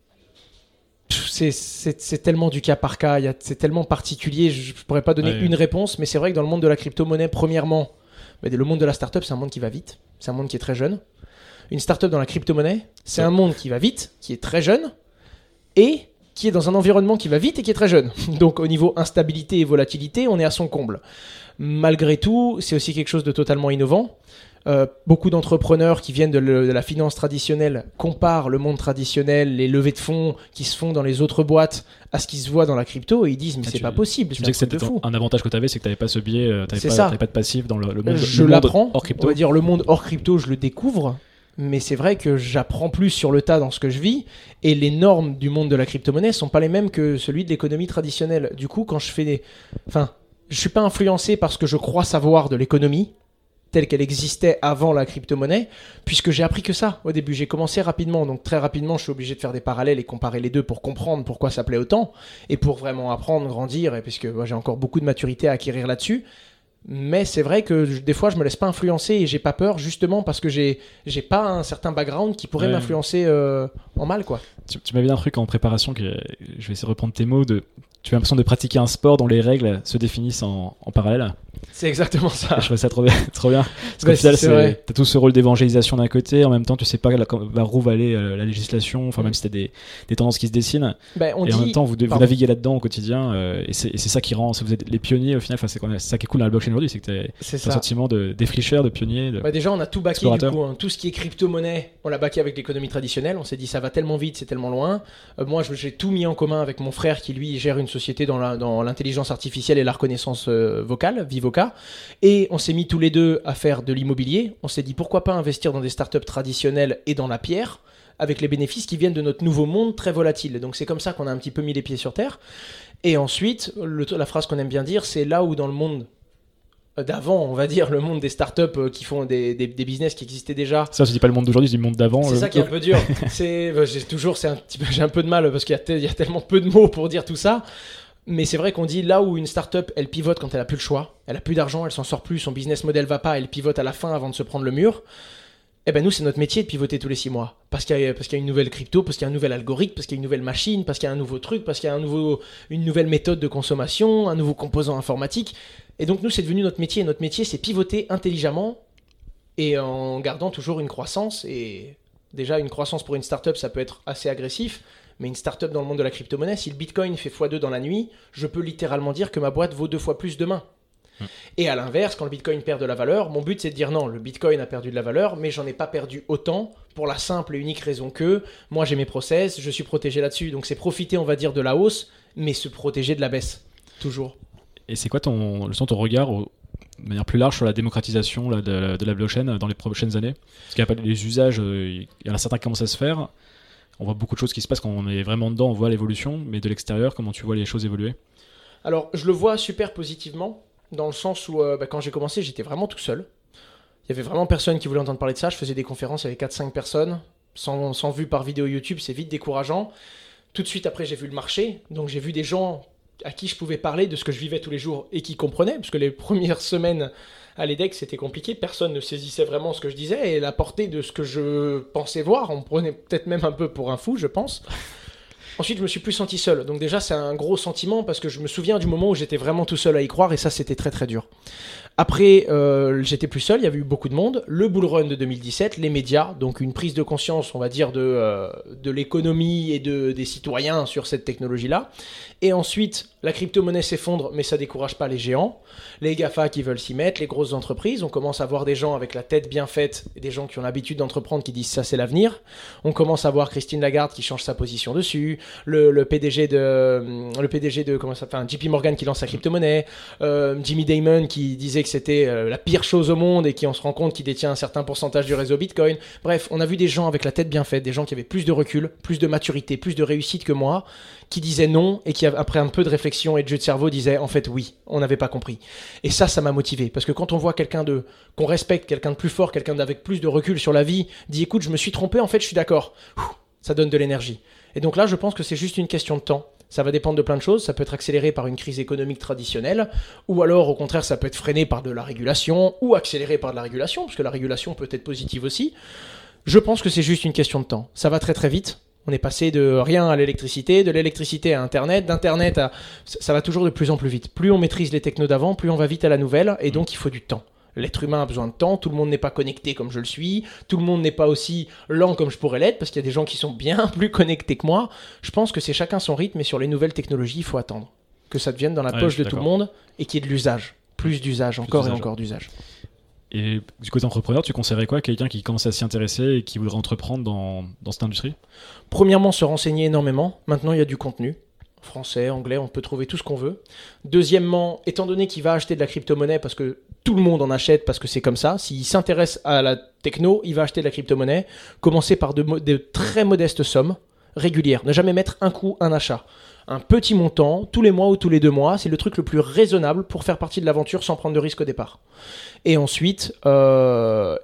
c'est, c'est, c'est tellement du cas par cas, y a, c'est tellement particulier, je ne pourrais pas donner ouais, une ouais. réponse, mais c'est vrai que dans le monde de la crypto-monnaie, premièrement, bah, le monde de la start-up, c'est un monde qui va vite, c'est un monde qui est très jeune. Une start-up dans la crypto-monnaie, c'est un monde qui va vite, qui est très jeune, et qui est dans un environnement qui va vite et qui est très jeune. Donc au niveau instabilité et volatilité, on est à son comble. Malgré tout, c'est aussi quelque chose de totalement innovant. Euh, beaucoup d'entrepreneurs qui viennent de, le, de la finance traditionnelle comparent le monde traditionnel, les levées de fonds qui se font dans les autres boîtes à ce qui se voit dans la crypto, et ils disent mais ah, c'est tu, pas possible. Tu disais que c'était fou. Un avantage que tu avais, c'est que tu n'avais pas ce biais, tu n'avais pas, pas de passif dans le, le monde, je le l'apprends, monde hors crypto. On va dire le monde hors crypto, je le découvre. Mais c'est vrai que j'apprends plus sur le tas dans ce que je vis et les normes du monde de la crypto-monnaie sont pas les mêmes que celui de l'économie traditionnelle. Du coup, quand je fais des... Enfin, je suis pas influencé parce que je crois savoir de l'économie telle qu'elle existait avant la crypto-monnaie, puisque j'ai appris que ça au début. J'ai commencé rapidement, donc très rapidement, je suis obligé de faire des parallèles et comparer les deux pour comprendre pourquoi ça plaît autant et pour vraiment apprendre, grandir, et puisque moi, j'ai encore beaucoup de maturité à acquérir là-dessus. Mais c'est vrai que je, des fois je me laisse pas influencer et j'ai pas peur justement parce que j'ai j'ai pas un certain background qui pourrait ouais. m'influencer euh, en mal quoi. Tu, tu m'avais dit un truc en préparation que je vais essayer de reprendre tes mots de tu as l'impression de pratiquer un sport dont les règles se définissent en, en parallèle. C'est exactement ça. Et je trouve ça trop bien. Trop bien. Parce Bah, qu'au final, c'est c'est, vrai. t'as tout ce rôle d'évangélisation d'un côté, en même temps, tu sais pas la- vers où va aller euh, la législation, enfin, Mm. même si t'as des, des tendances qui se dessinent. Ben, on et dit... en même temps, vous, vous Pardon. naviguez là-dedans au quotidien, euh, et, c'est, et c'est ça qui rend. Vous êtes les pionniers au final, enfin, c'est, quoi, c'est ça qui est cool dans la blockchain aujourd'hui, c'est que t'as C'est t'as un ça. sentiment de défricheur, de pionnier. De... Bah déjà, on a tout backé du Explorateur. coup. hein. Tout ce qui est crypto-monnaie, on l'a backé avec l'économie traditionnelle. On s'est dit, ça va tellement vite, c'est tellement loin. Euh, moi, je- j'ai tout mis en commun avec mon frère qui, lui, gère une société dans, la, dans l'intelligence artificielle et la reconnaissance euh, vocale, Vivoca. Et on s'est mis tous les deux à faire de l'immobilier. On s'est dit, pourquoi pas investir dans des startups traditionnelles et dans la pierre, avec les bénéfices qui viennent de notre nouveau monde très volatile. Donc c'est comme ça qu'on a un petit peu mis les pieds sur terre. Et ensuite, le- la phrase qu'on aime bien dire, c'est là où dans le monde d'avant, on va dire, le monde des startups euh, qui font des, des, des business qui existaient déjà. Ça, je dis pas le monde d'aujourd'hui, je dis le monde d'avant. C'est le- ça qui est un peu dur. C'est, bah, j'ai toujours, c'est un petit peu, j'ai un peu de mal parce qu'il y a, te- il y a tellement peu de mots pour dire tout ça. Mais c'est vrai qu'on dit là où une startup, elle pivote quand elle a plus le choix, elle a plus d'argent, elle s'en sort plus, son business model va pas, elle pivote à la fin avant de se prendre le mur. Eh ben nous, c'est notre métier de pivoter tous les six mois. Parce qu'il y a, parce qu'il y a une nouvelle crypto, parce qu'il y a un nouvel algorithme, parce qu'il y a une nouvelle machine, parce qu'il y a un nouveau truc, parce qu'il y a un nouveau, une nouvelle méthode de consommation, un nouveau composant informatique. Et donc nous, c'est devenu notre métier. Et notre métier, c'est pivoter intelligemment et en gardant toujours une croissance. Et déjà, une croissance pour une startup, ça peut être assez agressif. Mais une startup dans le monde de la crypto-monnaie, si le Bitcoin fait fois deux dans la nuit, je peux littéralement dire que ma boîte vaut deux fois plus demain. Et à l'inverse, quand le Bitcoin perd de la valeur, mon but c'est de dire non, le Bitcoin a perdu de la valeur, mais j'en ai pas perdu autant pour la simple et unique raison que moi j'ai mes process, je suis protégé là-dessus. Donc c'est profiter, on va dire, de la hausse, mais se protéger de la baisse. Toujours. Et c'est quoi ton, le sens, ton regard au- de manière plus large sur la démocratisation là, de, de la blockchain dans les prochaines années? Parce qu'il y a pas les usages, euh, il y en a certains qui commencent à se faire. On voit beaucoup de choses qui se passent quand on est vraiment dedans, on voit l'évolution, mais de l'extérieur, comment tu vois les choses évoluer? Alors je le vois super positivement, dans le sens où euh, bah, quand j'ai commencé, j'étais vraiment tout seul. Il y avait vraiment personne qui voulait entendre parler de ça. Je faisais des conférences, il y avait quatre cinq personnes. Sans, sans vue par vidéo YouTube, c'est vite décourageant. Tout de suite après, j'ai vu le marché. Donc j'ai vu des gens à qui je pouvais parler de ce que je vivais tous les jours et qui comprenaient. Parce que les premières semaines à l'EDEX, c'était compliqué. Personne ne saisissait vraiment ce que je disais et la portée de ce que je pensais voir. On me prenait peut-être même un peu pour un fou, je pense. Ensuite, je me suis plus senti seul. Donc déjà, c'est un gros sentiment parce que je me souviens du moment où j'étais vraiment tout seul à y croire et ça, c'était très très dur. Après, euh, j'étais plus seul, il y avait eu beaucoup de monde. Le bull run de deux mille dix-sept, les médias, donc une prise de conscience, on va dire, de, euh, de l'économie et de, des citoyens sur cette technologie-là. Et ensuite, la crypto-monnaie s'effondre, mais ça décourage pas les géants. Les GAFA qui veulent s'y mettre, les grosses entreprises. On commence à voir des gens avec la tête bien faite, des gens qui ont l'habitude d'entreprendre qui disent ça c'est l'avenir. On commence à voir Christine Lagarde qui change sa position dessus. Le, le P D G de, le P D G de, comment ça s'appelle, J P Morgan qui lance sa crypto-monnaie. Euh, Jimmy Dimon qui disait que c'était euh, la pire chose au monde et qui on se rend compte qu'il détient un certain pourcentage du réseau Bitcoin. Bref, on a vu des gens avec la tête bien faite, des gens qui avaient plus de recul, plus de maturité, plus de réussite que moi, qui disaient non et qui, après un peu de réflexion et de jeu de cerveau, disaient en fait oui, on n'avait pas compris. Et ça, ça m'a motivé parce que quand on voit quelqu'un de qu'on respecte, quelqu'un de plus fort, quelqu'un avec plus de recul sur la vie, dit écoute, je me suis trompé, en fait, je suis d'accord. Ça donne de l'énergie. Et donc là, je pense que c'est juste une question de temps. Ça va dépendre de plein de choses. Ça peut être accéléré par une crise économique traditionnelle, ou alors au contraire, ça peut être freiné par de la régulation, ou accéléré par de la régulation, parce que la régulation peut être positive aussi. Je pense que c'est juste une question de temps. Ça va très très vite. On est passé de rien à l'électricité, de l'électricité à Internet, d'Internet à... Ça va toujours de plus en plus vite. Plus on maîtrise les technos d'avant, plus on va vite à la nouvelle, et donc il faut du temps. L'être humain a besoin de temps, tout le monde n'est pas connecté comme je le suis, tout le monde n'est pas aussi lent comme je pourrais l'être, parce qu'il y a des gens qui sont bien plus connectés que moi. Je pense que c'est chacun son rythme, et sur les nouvelles technologies, il faut attendre que ça devienne dans la Ouais, poche je suis de tout le d'accord. monde, et qu'il y ait de l'usage. Plus d'usage, Plus encore et d'usage. encore d'usage. Et du côté entrepreneur, tu conseillerais quoi à quelqu'un qui commence à s'y intéresser et qui voudrait entreprendre dans, dans cette industrie? Premièrement, se renseigner énormément. Maintenant, il y a du contenu. Français, anglais, on peut trouver tout ce qu'on veut. Deuxièmement, étant donné qu'il va acheter de la crypto-monnaie parce que tout le monde en achète, parce que c'est comme ça, s'il s'intéresse à la techno, il va acheter de la crypto-monnaie. Commencer par de, mo- de très modestes sommes régulières. Ne jamais mettre un coup, un achat. Un petit montant, tous les mois ou tous les deux mois, c'est le truc le plus raisonnable pour faire partie de l'aventure sans prendre de risque au départ. Et ensuite, euh,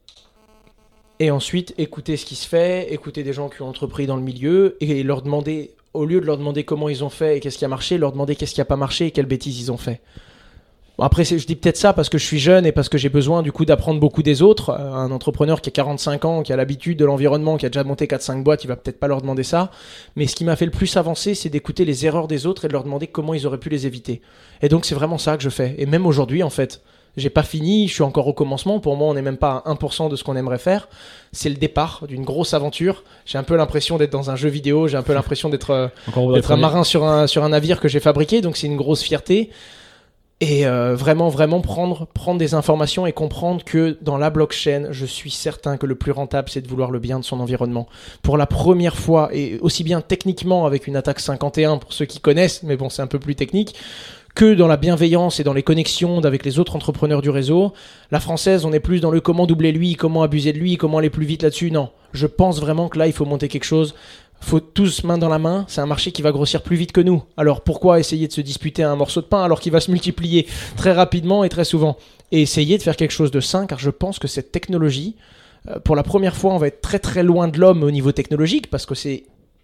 et ensuite, écouter ce qui se fait, écouter des gens qui ont entrepris dans le milieu et leur demander, au lieu de leur demander comment ils ont fait et qu'est-ce qui a marché, leur demander qu'est-ce qui a pas marché et quelles bêtises ils ont fait. Bon, après, c'est, je dis peut-être ça parce que je suis jeune et parce que j'ai besoin du coup d'apprendre beaucoup des autres. Euh, un entrepreneur qui a quarante-cinq ans, qui a l'habitude de l'environnement, qui a déjà monté quatre cinq boîtes, il va peut-être pas leur demander ça. Mais ce qui m'a fait le plus avancer, c'est d'écouter les erreurs des autres et de leur demander comment ils auraient pu les éviter. Et donc c'est vraiment ça que je fais. Et même aujourd'hui, en fait, j'ai pas fini, je suis encore au commencement. Pour moi, on n'est même pas à un pour cent de ce qu'on aimerait faire. C'est le départ d'une grosse aventure. J'ai un peu l'impression d'être dans un jeu vidéo. J'ai un peu l'impression d'être, euh, d'être un marin sur un, sur un navire que j'ai fabriqué. Donc c'est une grosse fierté. Et euh, vraiment, vraiment prendre, prendre des informations et comprendre que dans la blockchain, je suis certain que le plus rentable, c'est de vouloir le bien de son environnement. Pour la première fois, et aussi bien techniquement avec une attaque cinquante et un pour ceux qui connaissent, mais bon, c'est un peu plus technique, que dans la bienveillance et dans les connexions avec les autres entrepreneurs du réseau. La française, on est plus dans le comment doubler lui, comment abuser de lui, comment aller plus vite là-dessus. Non, je pense vraiment que là, il faut monter quelque chose. Faut tous main dans la main, c'est un marché qui va grossir plus vite que nous. Alors pourquoi essayer de se disputer un morceau de pain alors qu'il va se multiplier très rapidement et très souvent ? Et essayer de faire quelque chose de sain, car je pense que cette technologie, euh, pour la première fois, on va être très très loin de l'homme au niveau technologique, parce que c'est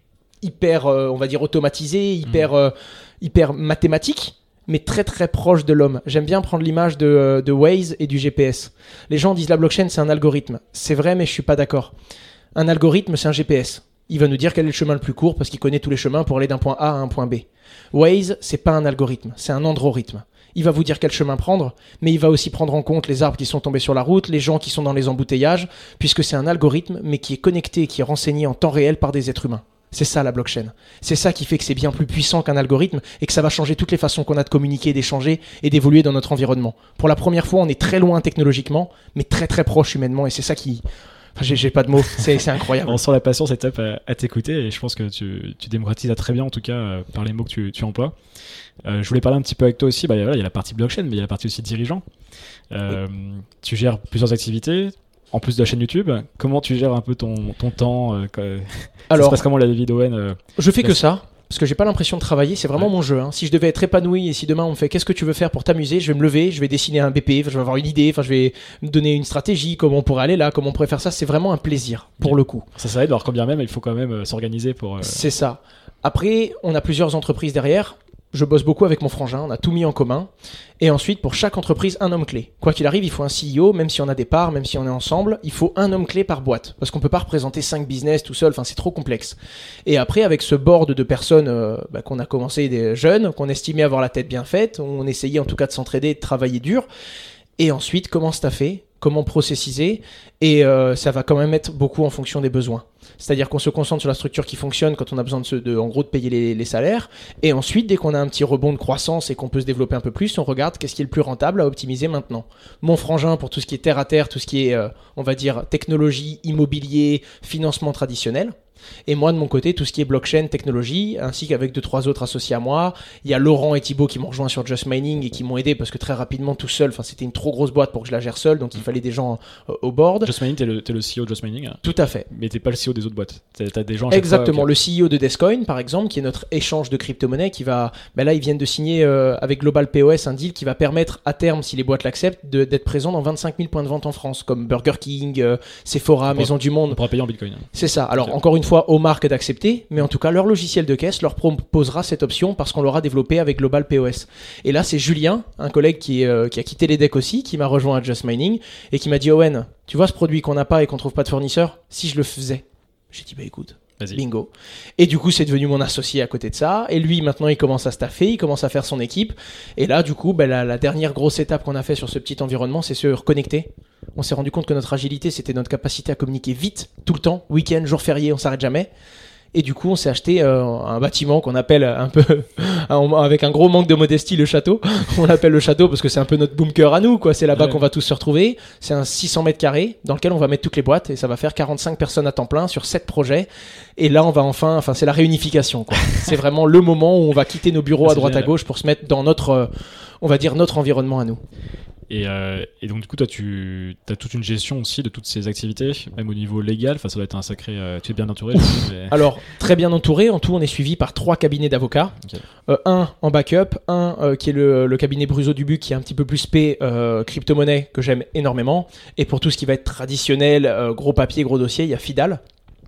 hyper, euh, on va dire, automatisé, hyper, mmh. euh, hyper mathématique, mais très très proche de l'homme. J'aime bien prendre l'image de, de Waze et du G P S. Les gens disent la blockchain c'est un algorithme. C'est vrai, mais je suis pas d'accord. Un algorithme, c'est un G P S. Il va nous dire quel est le chemin le plus court parce qu'il connaît tous les chemins pour aller d'un point A à un point B. Waze, c'est pas un algorithme, c'est un androrithme. Il va vous dire quel chemin prendre, mais il va aussi prendre en compte les arbres qui sont tombés sur la route, les gens qui sont dans les embouteillages, puisque c'est un algorithme, mais qui est connecté, qui est renseigné en temps réel par des êtres humains. C'est ça la blockchain. C'est ça qui fait que c'est bien plus puissant qu'un algorithme et que ça va changer toutes les façons qu'on a de communiquer, d'échanger et d'évoluer dans notre environnement. Pour la première fois, on est très loin technologiquement, mais très très proche humainement, et c'est ça qui... Enfin, j'ai, j'ai pas de mots, c'est, c'est incroyable. On sent la passion, c'est top à, à t'écouter et je pense que tu, tu démocratises ça très bien en tout cas euh, par les mots que tu, tu emploies. Euh, je voulais parler un petit peu avec toi aussi, bah, voilà, il y a la partie blockchain mais il y a la partie aussi dirigeant. Euh, oui. Tu gères plusieurs activités, en plus de la chaîne YouTube. Comment tu gères un peu ton, ton temps euh, quoi, Alors, ça se passe comment la vie d'Owen euh, Je fais que ça. Parce que j'ai pas l'impression de travailler, c'est vraiment ouais. mon jeu. Hein. Si je devais être épanoui et si demain on me fait qu'est-ce que tu veux faire pour t'amuser, je vais me lever, je vais dessiner un B P, je vais avoir une idée, enfin je vais me donner une stratégie, comment on pourrait aller là, comment on pourrait faire ça. C'est vraiment un plaisir pour ouais. le coup. Ça, ça aide. Alors quand bien même, il faut quand même euh, s'organiser pour. Euh... C'est ça. Après, on a plusieurs entreprises derrière. Je bosse beaucoup avec mon frangin, on a tout mis en commun. Et ensuite, pour chaque entreprise, un homme clé. Quoi qu'il arrive, il faut un C E O, même si on a des parts, même si on est ensemble, il faut un homme clé par boîte. Parce qu'on peut pas représenter cinq business tout seul, enfin c'est trop complexe. Et après, avec ce board de personnes euh, bah, qu'on a commencé des jeunes, qu'on estimait avoir la tête bien faite, on essayait en tout cas de s'entraider, de travailler dur. Et ensuite, comment staffer, comment processiser, et euh, ça va quand même être beaucoup en fonction des besoins. C'est-à-dire qu'on se concentre sur la structure qui fonctionne quand on a besoin de, se, de en gros de payer les, les salaires, et ensuite dès qu'on a un petit rebond de croissance et qu'on peut se développer un peu plus, on regarde qu'est-ce qui est le plus rentable à optimiser maintenant. Mon frangin pour tout ce qui est terre à terre, tout ce qui est euh, on va dire technologie, immobilier, financement traditionnel. Et moi de mon côté tout ce qui est blockchain, technologie, ainsi qu'avec deux trois autres associés à moi. Il y a Laurent et Thibaut qui m'ont rejoint sur Just Mining et qui m'ont aidé parce que très rapidement tout seul, enfin c'était une trop grosse boîte pour que je la gère seul, donc il fallait des gens euh, au board. Just Mining, t'es le, t'es le C E O de Just Mining hein. Tout à fait. Mais t'es pas le C E O des autres boîtes. T'as, t'as des gens à chaque Exactement. fois, okay. Le C E O de Descoin par exemple, qui est notre échange de crypto-monnaies, qui va, ben là ils viennent de signer euh, avec Global P O S un deal qui va permettre à terme, si les boîtes l'acceptent, de, d'être présent dans vingt-cinq mille points de vente en France, comme Burger King, euh, Sephora, on Maison pourra, du Monde. On pourra payer en Bitcoin. Hein. C'est ça. Alors okay. encore une fois, aux marques d'accepter. Mais en tout cas, leur logiciel de caisse leur proposera cette option parce qu'on l'aura développé avec Global P O S. Et là, c'est Julien, un collègue qui, euh, qui a quitté les decks aussi, qui m'a rejoint à Just Mining et qui m'a dit Owen, tu vois ce produit qu'on n'a pas et qu'on trouve pas de fournisseur ? Si je le faisais. J'ai dit bah écoute, vas-y. Bingo. Et du coup, c'est devenu mon associé à côté de ça. Et lui, maintenant, il commence à staffer, il commence à faire son équipe. Et là, du coup, bah, la, la dernière grosse étape qu'on a fait sur ce petit environnement, c'est se reconnecter. On s'est rendu compte que notre agilité, c'était notre capacité à communiquer vite, tout le temps, week-end, jour férié, on s'arrête jamais. Et du coup, on s'est acheté euh, un bâtiment qu'on appelle un peu, avec un gros manque de modestie, le château. On l'appelle le château parce que c'est un peu notre bunker à nous, quoi. C'est là-bas ouais. qu'on va tous se retrouver. C'est un six cents mètres carrés dans lequel on va mettre toutes les boîtes et ça va faire quarante-cinq personnes à temps plein sur sept projets. Et là, on va enfin, enfin, c'est la réunification, quoi. C'est vraiment le moment où on va quitter nos bureaux à droite génial. À gauche pour se mettre dans notre, euh, on va dire, notre environnement à nous. Et, euh, et donc du coup toi tu as toute une gestion aussi de toutes ces activités, même au niveau légal, enfin ça doit être un sacré, euh, tu es bien entouré. Mais... Alors très bien entouré, en tout on est suivi par trois cabinets d'avocats, okay. euh, un en backup, un euh, qui est le, le cabinet Bruso Dubuc qui est un petit peu plus spé euh, crypto-monnaie que j'aime énormément, et pour tout ce qui va être traditionnel, euh, gros papier, gros dossier, il y a Fidal.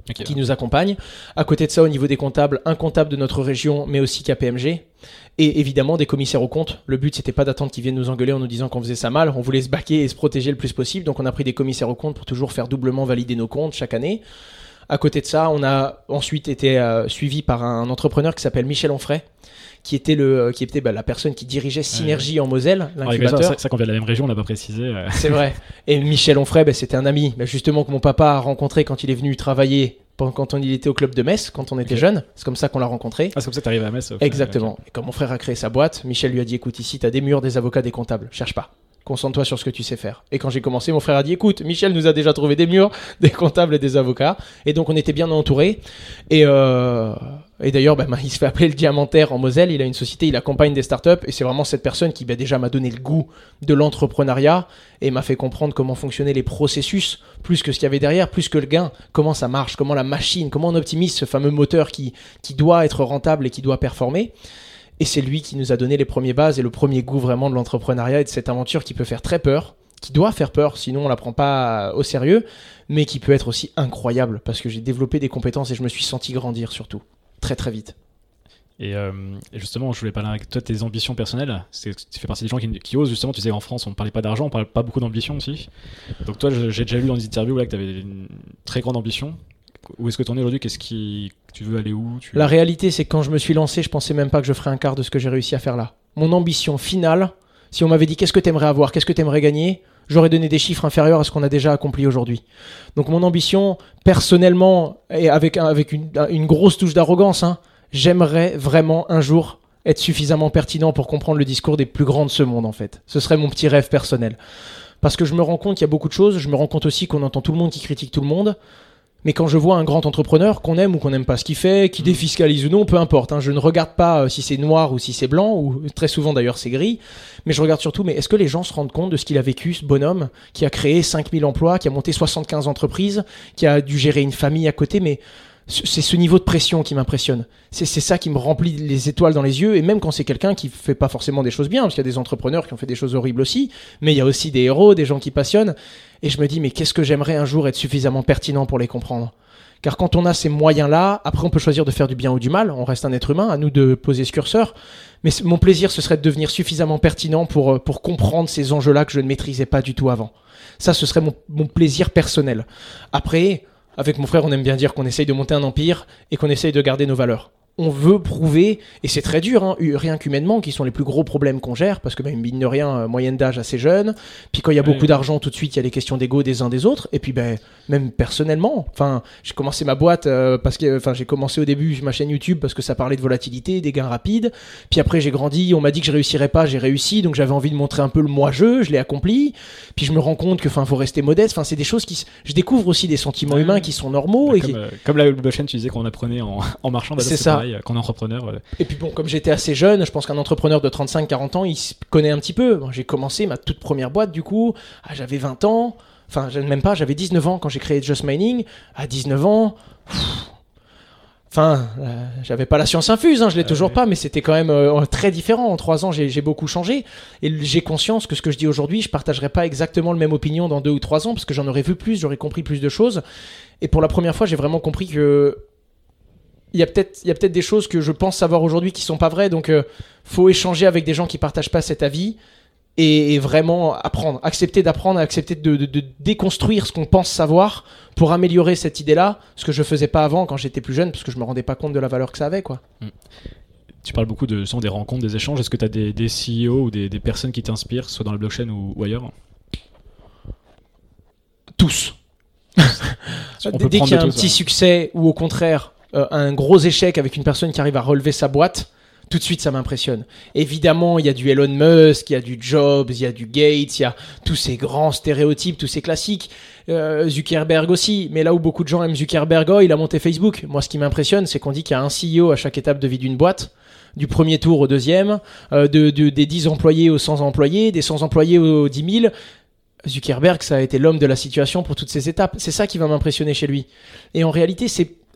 okay. qui nous accompagne. À côté de ça, au niveau des comptables, un comptable de notre région, mais aussi K P M G. Et évidemment, des commissaires aux comptes. Le but, c'était pas d'attendre qu'ils viennent nous engueuler en nous disant qu'on faisait ça mal. On voulait se baquer et se protéger le plus possible. Donc, on a pris des commissaires aux comptes pour toujours faire doublement valider nos comptes chaque année. À côté de ça, on a ensuite été euh, suivi par un entrepreneur qui s'appelle Michel Onfray, qui était, le, qui était bah, la personne qui dirigeait Synergie ouais. en Moselle, l'incubateur. C'est ça qu'on vient de la même région, on l'a pas précisé. Euh. C'est vrai. Et Michel Onfray, bah, c'était un ami bah, justement que mon papa a rencontré quand il est venu travailler quand on, il était au club de Metz, quand on était okay. jeune. C'est comme ça qu'on l'a rencontré. Ah, c'est comme ça que t'arrives à Metz. Exactement. Okay. Et quand mon frère a créé sa boîte, Michel lui a dit, écoute, ici, t'as des murs, des avocats, des comptables. Cherche pas. Concentre-toi sur ce que tu sais faire. Et quand j'ai commencé, mon frère a dit, écoute, Michel nous a déjà trouvé des murs, des comptables et des avocats. Et donc, on était bien entourés. Et, euh, et d'ailleurs, bah, il se fait appeler le diamantaire en Moselle. Il a une société, il accompagne des startups. Et c'est vraiment cette personne qui bah, déjà m'a donné le goût de l'entrepreneuriat et m'a fait comprendre comment fonctionnaient les processus, plus que ce qu'il y avait derrière, plus que le gain, comment ça marche, comment la machine, comment on optimise ce fameux moteur qui, qui doit être rentable et qui doit performer. Et c'est lui qui nous a donné les premières bases et le premier goût vraiment de l'entrepreneuriat et de cette aventure qui peut faire très peur, qui doit faire peur, sinon on la prend pas au sérieux, mais qui peut être aussi incroyable parce que j'ai développé des compétences et je me suis senti grandir surtout, très très vite. Et, euh, et justement, je voulais parler avec toi de tes ambitions personnelles. C'est, tu fais partie des gens qui, qui osent, justement. Tu sais, en France, on ne parlait pas d'argent, on ne parlait pas beaucoup d'ambition aussi. Donc toi, j'ai déjà lu dans des interviews là, que tu avais une très grande ambition. Où est-ce que tu en es aujourd'hui? Qu'est-ce qui... Tu veux aller où? tu... La réalité, c'est que quand je me suis lancé, je pensais même pas que je ferais un quart de ce que j'ai réussi à faire là. Mon ambition finale, si on m'avait dit qu'est-ce que tu aimerais avoir, qu'est-ce que tu aimerais gagner, j'aurais donné des chiffres inférieurs à ce qu'on a déjà accompli aujourd'hui. Donc mon ambition, personnellement, et avec, avec une, une grosse touche d'arrogance, hein, j'aimerais vraiment un jour être suffisamment pertinent pour comprendre le discours des plus grands de ce monde en fait. Ce serait mon petit rêve personnel. Parce que je me rends compte qu'il y a beaucoup de choses, je me rends compte aussi qu'on entend tout le monde qui critique tout le monde. Mais quand je vois un grand entrepreneur, qu'on aime ou qu'on n'aime pas ce qu'il fait, qui défiscalise ou non, peu importe. Hein, je ne regarde pas euh, si c'est noir ou si c'est blanc, ou très souvent d'ailleurs c'est gris. Mais je regarde surtout, mais est-ce que les gens se rendent compte de ce qu'il a vécu, ce bonhomme, qui a créé cinq mille emplois, qui a monté soixante-quinze entreprises, qui a dû gérer une famille à côté, mais c'est ce niveau de pression qui m'impressionne. C'est, c'est ça qui me remplit les étoiles dans les yeux. Et même quand c'est quelqu'un qui fait pas forcément des choses bien, parce qu'il y a des entrepreneurs qui ont fait des choses horribles aussi, mais il y a aussi des héros, des gens qui passionnent. Et je me dis, mais qu'est-ce que j'aimerais un jour être suffisamment pertinent pour les comprendre? Car quand on a ces moyens-là, après on peut choisir de faire du bien ou du mal. On reste un être humain, à nous de poser ce curseur. Mais mon plaisir, ce serait de devenir suffisamment pertinent pour, pour comprendre ces enjeux-là que je ne maîtrisais pas du tout avant. Ça, ce serait mon, mon plaisir personnel. Après... Avec mon frère, on aime bien dire qu'on essaye de monter un empire et qu'on essaye de garder nos valeurs. On veut prouver, et c'est très dur, hein, rien qu'humainement, qui sont les plus gros problèmes qu'on gère, parce que ben, mine de rien, euh, moyenne d'âge assez jeune, puis quand il y a ouais. beaucoup d'argent, tout de suite, il y a les questions d'ego des uns des autres, et puis ben, même personnellement, enfin, j'ai commencé ma boîte, euh, parce que, enfin, j'ai commencé au début ma chaîne YouTube parce que ça parlait de volatilité, des gains rapides, puis après j'ai grandi, on m'a dit que je réussirais pas, j'ai réussi, donc j'avais envie de montrer un peu le moi-je, je l'ai accompli, puis je me rends compte que, enfin, faut rester modeste, enfin, c'est des choses qui, je découvre aussi des sentiments ouais. humains qui sont normaux. Bah, et comme, qui... euh, comme la blockchain, tu disais qu'on apprenait en, en marchant, bah, c'est, c'est ça. Pareil, quand on est entrepreneur. Euh... Et puis bon, comme j'étais assez jeune, je pense qu'un entrepreneur de trente-cinq quarante ans, il se connaît un petit peu. Bon, j'ai commencé ma toute première boîte du coup, ah, j'avais vingt ans, enfin même pas, j'avais dix-neuf ans quand j'ai créé Just Mining. À dix-neuf ans, pff, enfin, euh, j'avais pas la science infuse, hein, je l'ai euh, toujours ouais. pas, mais c'était quand même euh, très différent. En trois ans, j'ai, j'ai beaucoup changé. Et j'ai conscience que ce que je dis aujourd'hui, je partagerai pas exactement le même opinion dans deux ou trois ans, parce que j'en aurais vu plus, j'aurais compris plus de choses. Et pour la première fois, j'ai vraiment compris que il y a peut-être il y a peut-être des choses que je pense savoir aujourd'hui qui sont pas vraies, donc euh, faut échanger avec des gens qui partagent pas cet avis et, et vraiment apprendre, accepter d'apprendre, accepter de, de, de déconstruire ce qu'on pense savoir pour améliorer cette idée-là, ce que je faisais pas avant quand j'étais plus jeune, parce que je me rendais pas compte de la valeur que ça avait, quoi. Mmh. Tu parles beaucoup de sont des rencontres, des échanges. Est-ce que tu as des, des C E O ou des, des personnes qui t'inspirent, soit dans la blockchain ou, ou ailleurs? Tous. Dès qu'il y a un petit succès ou au contraire Euh, un gros échec avec une personne qui arrive à relever sa boîte, tout de suite ça m'impressionne. Évidemment, il y a du Elon Musk, il y a du Jobs, il y a du Gates, il y a tous ces grands stéréotypes, tous ces classiques. Euh, Zuckerberg aussi, mais là où beaucoup de gens aiment Zuckerberg, oh, il a monté Facebook. Moi, ce qui m'impressionne, c'est qu'on dit qu'il y a un C E O à chaque étape de vie d'une boîte, du premier tour au deuxième, euh, de, de, des dix employés aux cent employés, des cent employés aux dix mille. Zuckerberg, ça a été l'homme de la situation pour toutes ces étapes. C'est ça qui va m'impressionner chez lui. Et en réalité, c'est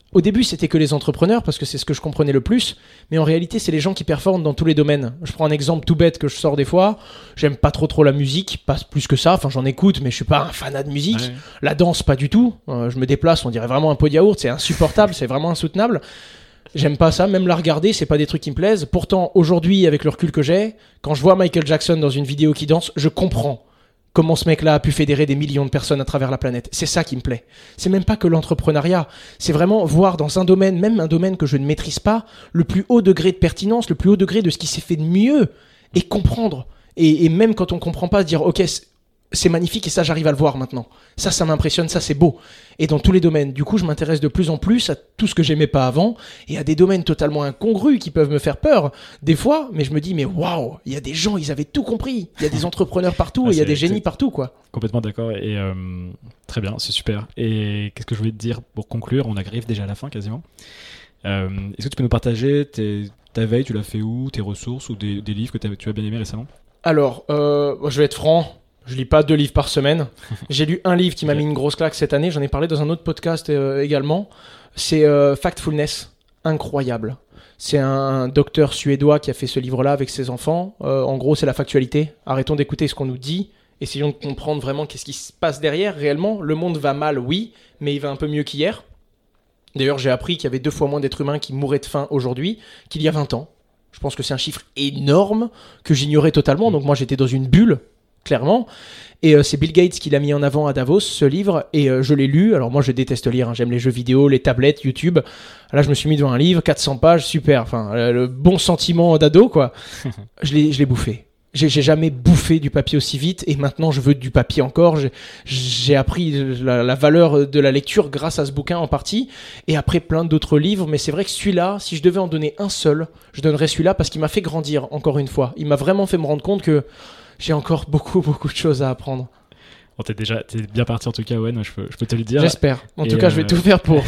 Au début, c'était que les entrepreneurs, parce que c'est ce que je comprenais le plus, mais en réalité, c'est les gens qui performent dans tous les domaines. Je prends un exemple tout bête que je sors des fois, j'aime pas trop trop la musique, pas plus que ça, enfin j'en écoute, mais je suis pas un fanat de musique. Ouais. La danse, pas du tout, euh, je me déplace, on dirait vraiment un pot de yaourt, c'est insupportable, c'est vraiment insoutenable. J'aime pas ça, même la regarder, c'est pas des trucs qui me plaisent. Pourtant, aujourd'hui, avec le recul que j'ai, quand je vois Michael Jackson dans une vidéo qui danse, je comprends comment ce mec-là a pu fédérer des millions de personnes à travers la planète. C'est ça qui me plaît. C'est même pas que l'entrepreneuriat. C'est vraiment voir dans un domaine, même un domaine que je ne maîtrise pas, le plus haut degré de pertinence, le plus haut degré de ce qui s'est fait de mieux, et comprendre. Et, et même quand on comprend pas, dire « Ok, c'est, c'est magnifique et ça, j'arrive à le voir maintenant. Ça, ça m'impressionne, ça, c'est beau. » Et dans tous les domaines. Du coup, je m'intéresse de plus en plus à tout ce que j'aimais pas avant et à des domaines totalement incongrus qui peuvent me faire peur des fois. Mais je me dis, mais waouh, il y a des gens, ils avaient tout compris. Il y a des entrepreneurs partout ah, et il y a des génies partout, quoi. Complètement d'accord. Et euh, très bien, c'est super. Et qu'est-ce que je voulais te dire pour conclure? On arrive déjà à la fin quasiment. Euh, est-ce que tu peux nous partager tes, ta veille, tu l'as fait où, tes ressources ou des, des livres que tu as bien aimé récemment? Alors, euh, je vais être franc. Je lis pas deux livres par semaine. J'ai lu un livre qui m'a mis une grosse claque cette année. J'en ai parlé dans un autre podcast euh, également. C'est euh, Factfulness. Incroyable. C'est un docteur suédois qui a fait ce livre-là avec ses enfants. Euh, en gros, c'est la factualité. Arrêtons d'écouter ce qu'on nous dit. Essayons de comprendre vraiment qu'est-ce qui se passe derrière réellement. Le monde va mal, oui, mais il va un peu mieux qu'hier. D'ailleurs, j'ai appris qu'il y avait deux fois moins d'êtres humains qui mouraient de faim aujourd'hui qu'il y a vingt ans. Je pense que c'est un chiffre énorme que j'ignorais totalement. Donc moi, j'étais dans une bulle. Clairement, et euh, c'est Bill Gates qui l'a mis en avant à Davos, ce livre, et euh, je l'ai lu. Alors moi je déteste lire, hein. J'aime les jeux vidéo, les tablettes, YouTube. Là je me suis mis devant un livre, quatre cents pages, super, enfin euh, le bon sentiment d'ado quoi. je l'ai, je l'ai bouffé. J'ai, j'ai jamais bouffé du papier aussi vite, et maintenant je veux du papier encore. J'ai, j'ai appris la, la valeur de la lecture grâce à ce bouquin en partie, et après plein d'autres livres, mais c'est vrai que celui-là, si je devais en donner un seul, je donnerais celui-là parce qu'il m'a fait grandir, encore une fois. Il m'a vraiment fait me rendre compte que j'ai encore beaucoup, beaucoup de choses à apprendre. Bon, t'es déjà t'es bien parti en tout cas, Owen, je peux, je peux te le dire. J'espère. En et tout cas, euh... je vais tout faire pour.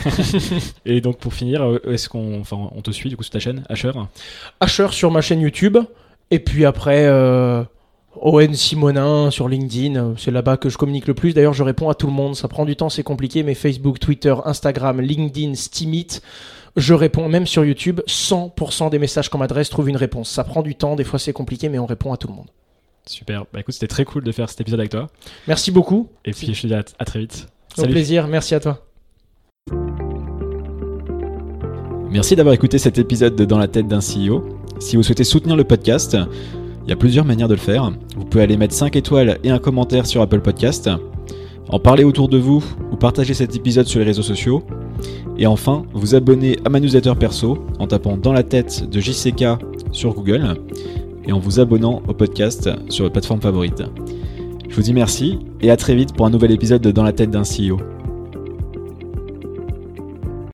Et donc, pour finir, est-ce qu'on enfin, on te suit du coup sur ta chaîne, Asher Asher sur ma chaîne YouTube. Et puis après, euh, Owen Simonin sur LinkedIn. C'est là-bas que je communique le plus. D'ailleurs, je réponds à tout le monde. Ça prend du temps, c'est compliqué. Mais Facebook, Twitter, Instagram, LinkedIn, Steemit. Je réponds même sur YouTube. cent pour cent des messages qu'on m'adresse trouvent une réponse. Ça prend du temps. Des fois, c'est compliqué, mais on répond à tout le monde. Super, bah écoute, c'était très cool de faire cet épisode avec toi. Merci beaucoup. Et puis je te dis à, à très vite. Au plaisir, merci à toi. Merci d'avoir écouté cet épisode de Dans la tête d'un C E O. Si vous souhaitez soutenir le podcast, il y a plusieurs manières de le faire. Vous pouvez aller mettre cinq étoiles et un commentaire sur Apple Podcast, en parler autour de vous ou partager cet épisode sur les réseaux sociaux. Et enfin, vous abonner à ma newsletter perso en tapant Dans la tête de J C K sur Google et en vous abonnant au podcast sur votre plateforme favorite. Je vous dis merci et à très vite pour un nouvel épisode de Dans la tête d'un C E O.